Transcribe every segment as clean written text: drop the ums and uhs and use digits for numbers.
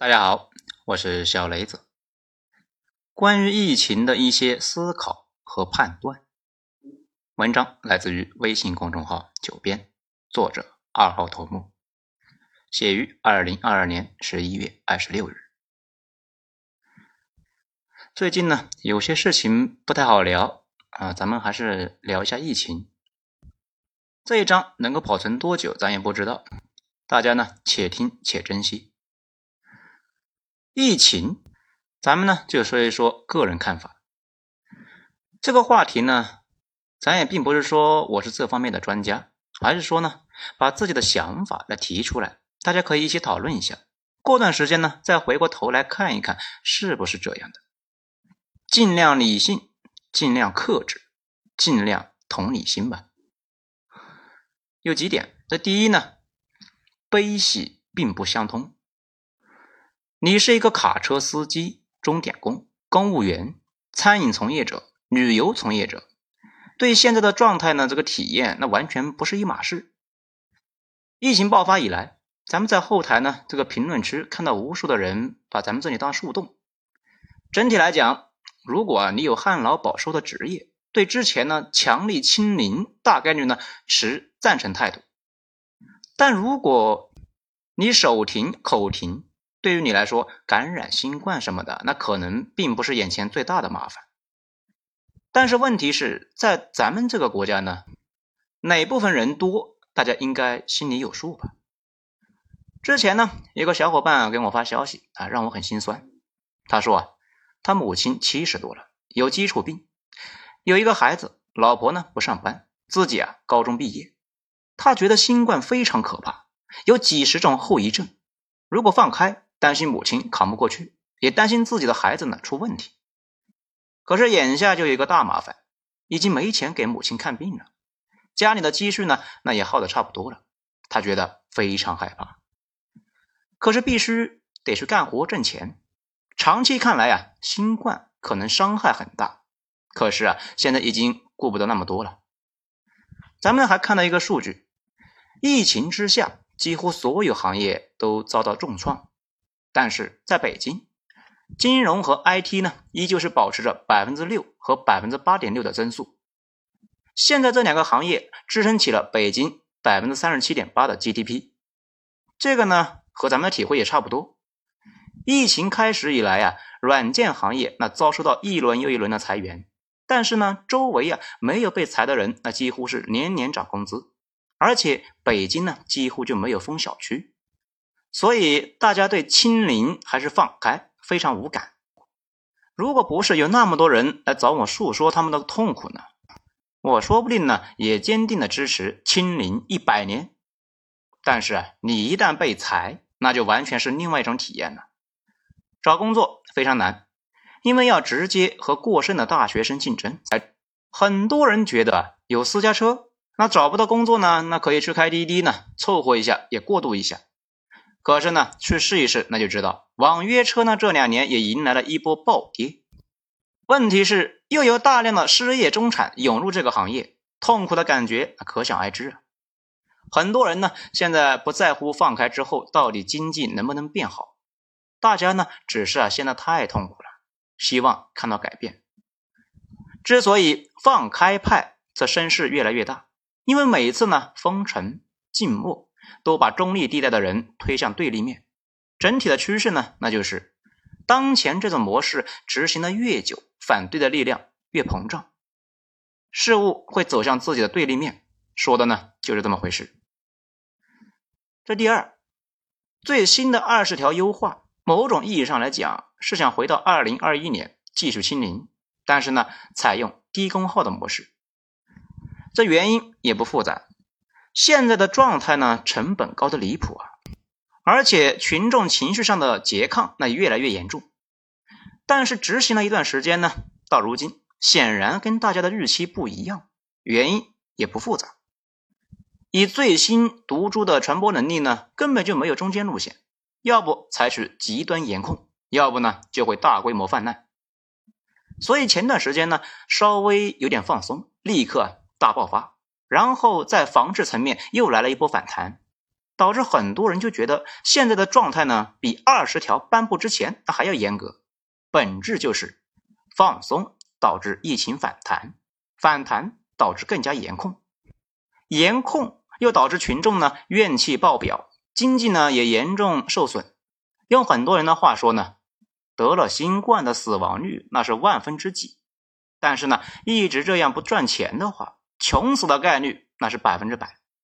大家好，我是小雷子。关于疫情的一些思考和判断，文章来自于微信公众号九编，作者2号头目，写于2022年11月26日。最近呢，有些事情不太好聊咱们还是聊一下疫情。这一章能够保存多久咱也不知道，大家呢且听且珍惜。疫情咱们呢就说一说个人看法。这个话题呢，咱也并不是说我是这方面的专家，而是说呢把自己的想法来提出来，大家可以一起讨论一下，过段时间呢再回过头来看一看是不是这样的。尽量理性，尽量克制，尽量同理心吧。有几点，这第一呢，悲喜并不相通。你是一个卡车司机、钟点工、公务员、餐饮从业者、旅游从业者，对现在的状态呢，这个体验那完全不是一码事。疫情爆发以来，咱们在后台呢这个评论区看到无数的人把咱们这里当树洞。整体来讲，如果你有旱涝保收的职业，对之前呢强力清零大概率呢持赞成态度。但如果你手停口停，对于你来说感染新冠什么的，那可能并不是眼前最大的麻烦。但是问题是在咱们这个国家呢，哪部分人多，大家应该心里有数吧。之前呢有个小伙伴给我发消息让我很心酸。他说他母亲70多了，有基础病，有一个孩子，老婆呢不上班，自己高中毕业。他觉得新冠非常可怕，有几十种后遗症，如果放开，担心母亲扛不过去，也担心自己的孩子呢出问题。可是眼下就有一个大麻烦，已经没钱给母亲看病了，家里的积蓄呢那也耗得差不多了，他觉得非常害怕。可是必须得去干活挣钱，长期看来新冠可能伤害很大，可是现在已经顾不得那么多了。咱们还看到一个数据，疫情之下几乎所有行业都遭到重创，但是在北京，金融和 IT 呢依旧是保持着 6% 和 8.6% 的增速。现在这两个行业支撑起了北京 37.8% 的 GDP。 这个呢和咱们的体会也差不多。疫情开始以来软件行业那遭受到一轮又一轮的裁员，但是呢周围没有被裁的人那几乎是年年涨工资，而且北京呢几乎就没有封小区，所以大家对清零还是放开非常无感。如果不是有那么多人来找我诉说他们的痛苦呢，我说不定呢也坚定的支持清零100年。但是你一旦被裁，那就完全是另外一种体验了。找工作非常难，因为要直接和过剩的大学生竞争。很多人觉得有私家车，那找不到工作呢，那可以去开滴滴呢，凑合一下也过渡一下。可是呢去试一试那就知道，网约车呢这2年也迎来了一波暴跌。问题是又有大量的失业中产涌入这个行业，痛苦的感觉可想而知。很多人呢现在不在乎放开之后到底经济能不能变好，大家呢只是现在太痛苦了，希望看到改变。之所以放开派这声势越来越大，因为每一次呢封城静默都把中立地带的人推向对立面。整体的趋势呢，那就是当前这种模式执行的越久，反对的力量越膨胀，事物会走向自己的对立面，说的呢就是这么回事。这第二，最新的20条优化，某种意义上来讲是想回到2021年继续清零，但是呢采用低功耗的模式。这原因也不复杂，现在的状态呢成本高的离谱而且群众情绪上的拮抗那越来越严重。但是执行了一段时间呢，到如今显然跟大家的预期不一样，原因也不复杂。以最新毒株的传播能力呢，根本就没有中间路线，要不采取极端严控，要不呢就会大规模泛滥。所以前段时间呢稍微有点放松，立刻大爆发，然后在防治层面又来了一波反弹。 导致很多人就觉得现在的状态呢比20条颁布之前还要严格，本质就是放松导致疫情反弹，反弹导致更加严控，严控又导致群众呢怨气爆表，经济呢也严重受损。用很多人的话说呢，得了新冠的死亡率那是万分之几，但是呢一直这样不赚钱的话，穷死的概率那是100%。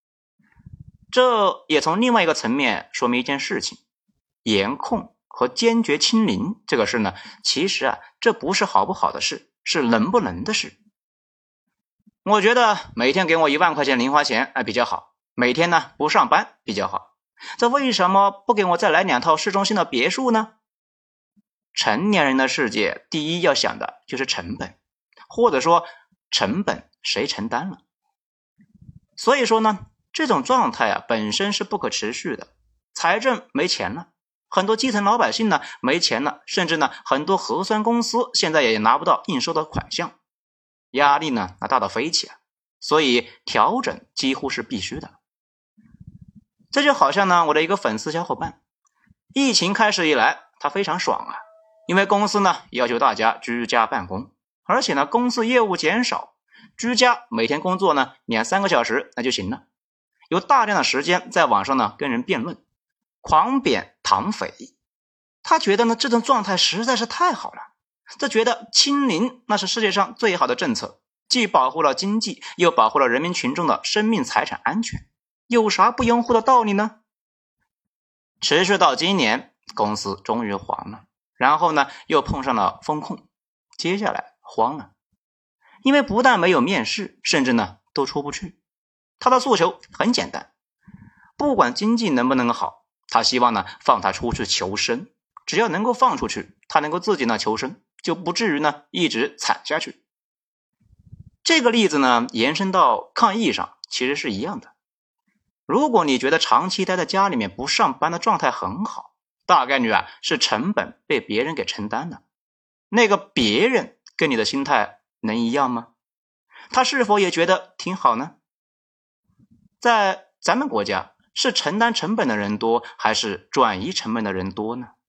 这也从另外一个层面说明一件事情，严控和坚决清零这个事呢，其实这不是好不好的事，是能不能的事。我觉得每天给我1万块钱零花钱比较好，每天呢不上班比较好，这为什么不给我再来2套市中心的别墅呢？成年人的世界，第一要想的就是成本，或者说成本谁承担了。所以说呢，这种状态本身是不可持续的。财政没钱了，很多基层老百姓呢没钱了，甚至呢很多核酸公司现在也拿不到应收的款项，压力呢大到飞起所以调整几乎是必须的。这就好像呢我的一个粉丝小伙伴，疫情开始以来他非常爽因为公司呢要求大家居家办公，而且呢公司业务减少，居家每天工作呢2-3个小时那就行了，有大量的时间在网上呢跟人辩论，狂贬唐匪。他觉得呢这种状态实在是太好了，他觉得清零那是世界上最好的政策，既保护了经济，又保护了人民群众的生命财产安全，有啥不拥护的道理呢？持续到今年，公司终于黄了，然后呢又碰上了风控，接下来慌了，因为不但没有面试，甚至呢都出不去。他的诉求很简单，不管经济能不能好，他希望呢放他出去求生，只要能够放出去，他能够自己呢求生，就不至于呢一直惨下去。这个例子呢延伸到抗疫上其实是一样的。如果你觉得长期待在家里面不上班的状态很好，大概率是成本被别人给承担了。那个别人跟你的心态能一样吗？他是否也觉得挺好呢？在咱们国家，是承担成本的人多，还是转移成本的人多呢？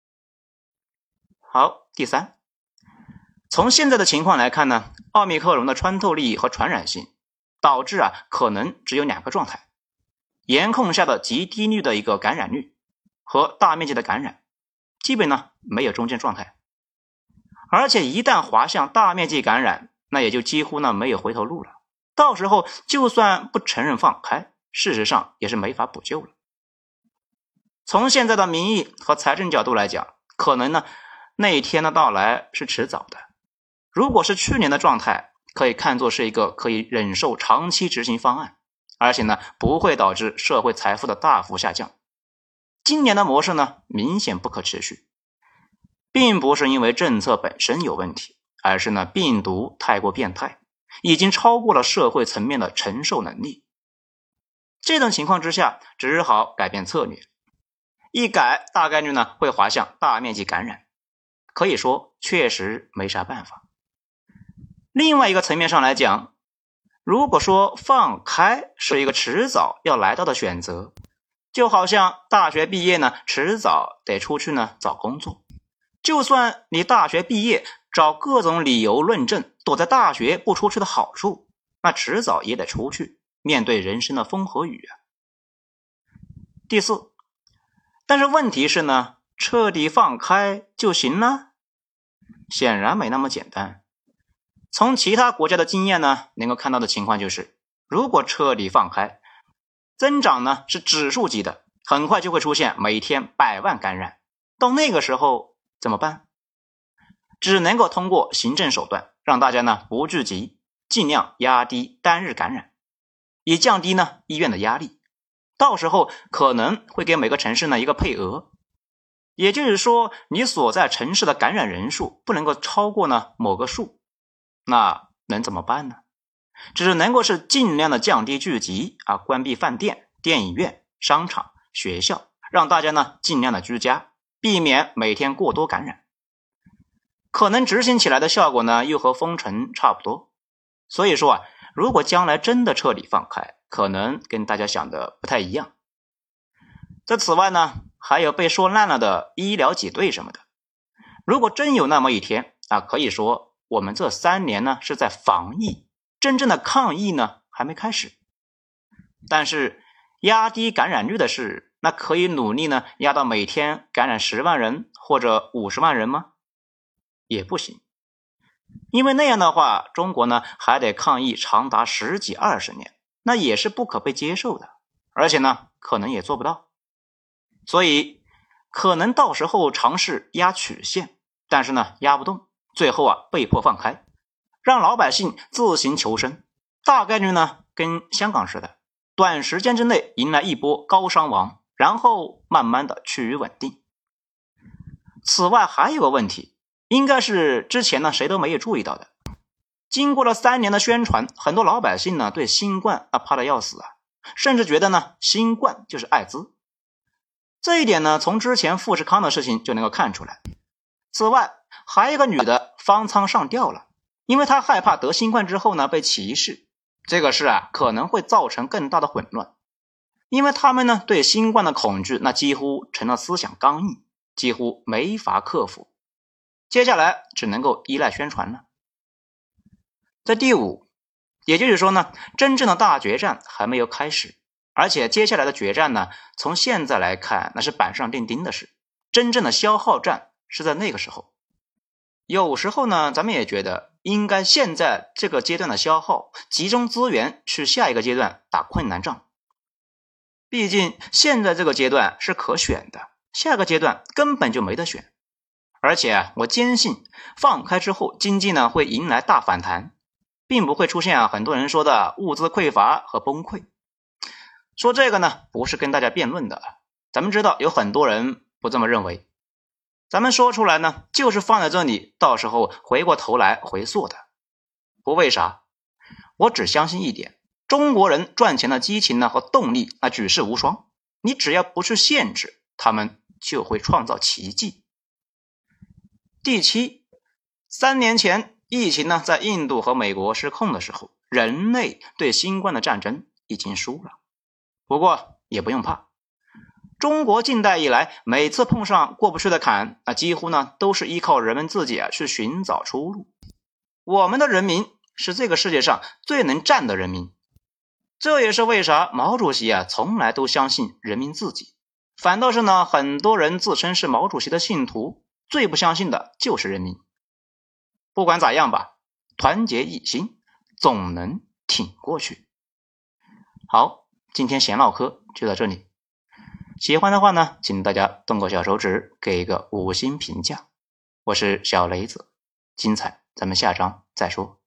好，第三，从现在的情况来看呢，奥密克戎的穿透力和传染性导致可能只有2个状态，严控下的极低率的一个感染率和大面积的感染，基本呢没有中间状态。而且一旦滑向大面积感染，那也就几乎呢没有回头路了，到时候就算不承认放开，事实上也是没法补救了。从现在的民意和财政角度来讲，可能呢那一天的到来是迟早的。如果是去年的状态，可以看作是一个可以忍受长期执行方案，而且呢不会导致社会财富的大幅下降。今年的模式呢明显不可持续，并不是因为政策本身有问题，而是呢病毒太过变态，已经超过了社会层面的承受能力。这种情况之下，只好改变策略，一改大概率呢会滑向大面积感染，可以说确实没啥办法。另外一个层面上来讲，如果说放开是一个迟早要来到的选择，就好像大学毕业呢迟早得出去呢找工作，就算你大学毕业找各种理由论证躲在大学不出去的好处，那迟早也得出去面对人生的风和雨第四，但是问题是呢，彻底放开就行了？显然没那么简单。从其他国家的经验呢，能够看到的情况就是，如果彻底放开，增长呢是指数级的，很快就会出现每天100万感染。到那个时候怎么办？只能够通过行政手段，让大家呢不聚集，尽量压低单日感染，以降低呢医院的压力。到时候可能会给每个城市呢一个配额，也就是说你所在城市的感染人数不能够超过呢某个数，那能怎么办呢？只能够是尽量的降低聚集关闭饭店、电影院、商场、学校，让大家呢尽量的居家，避免每天过多感染。可能执行起来的效果呢又和封城差不多。所以说如果将来真的彻底放开，可能跟大家想的不太一样。 此外呢，还有被说烂了的医疗挤兑什么的。如果真有那么一天可以说我们这3年呢是在防疫，真正的抗疫呢还没开始。但是压低感染率的事，那可以努力呢压到每天感染10万人或者50万人吗？也不行。因为那样的话，中国呢还得抗疫长达10几20年，那也是不可被接受的，而且呢可能也做不到。所以可能到时候尝试压曲线，但是呢压不动，最后被迫放开，让老百姓自行求生，大概率呢跟香港似的，短时间之内迎来一波高伤亡，然后慢慢的趋于稳定。此外还有个问题，应该是之前呢谁都没有注意到的。经过了3年的宣传，很多老百姓呢对新冠怕得要死甚至觉得呢新冠就是艾滋。这一点呢从之前富士康的事情就能够看出来。此外还有一个女的方舱上吊了，因为她害怕得新冠之后呢被歧视，这个事可能会造成更大的混乱，因为他们呢对新冠的恐惧那几乎成了思想刚硬，几乎没法克服，接下来只能够依赖宣传了。在第5，也就是说呢，真正的大决战还没有开始，而且接下来的决战呢，从现在来看那是板上钉钉的事，真正的消耗战是在那个时候。有时候呢，咱们也觉得应该现在这个阶段的消耗，集中资源去下一个阶段打困难仗。毕竟现在这个阶段是可选的，下个阶段根本就没得选。而且我坚信放开之后经济呢会迎来大反弹，并不会出现很多人说的物资匮乏和崩溃。说这个呢不是跟大家辩论的，咱们知道有很多人不这么认为，咱们说出来呢就是放在这里，到时候回过头来回溯的。不为啥，我只相信一点，中国人赚钱的激情呢和动力举世无双，你只要不去限制，他们就会创造奇迹。第7，3年前疫情呢在印度和美国失控的时候，人类对新冠的战争已经输了。不过也不用怕，中国近代以来每次碰上过不去的坎，几乎呢都是依靠人们自己去寻找出路。我们的人民是这个世界上最能战的人民，这也是为啥毛主席从来都相信人民自己，反倒是呢很多人自称是毛主席的信徒，最不相信的就是人民。不管咋样吧，团结一心，总能挺过去。好，今天闲唠嗑就到这里，喜欢的话呢，请大家动个小手指，给一个5星评价。我是小雷子，精彩咱们下章再说。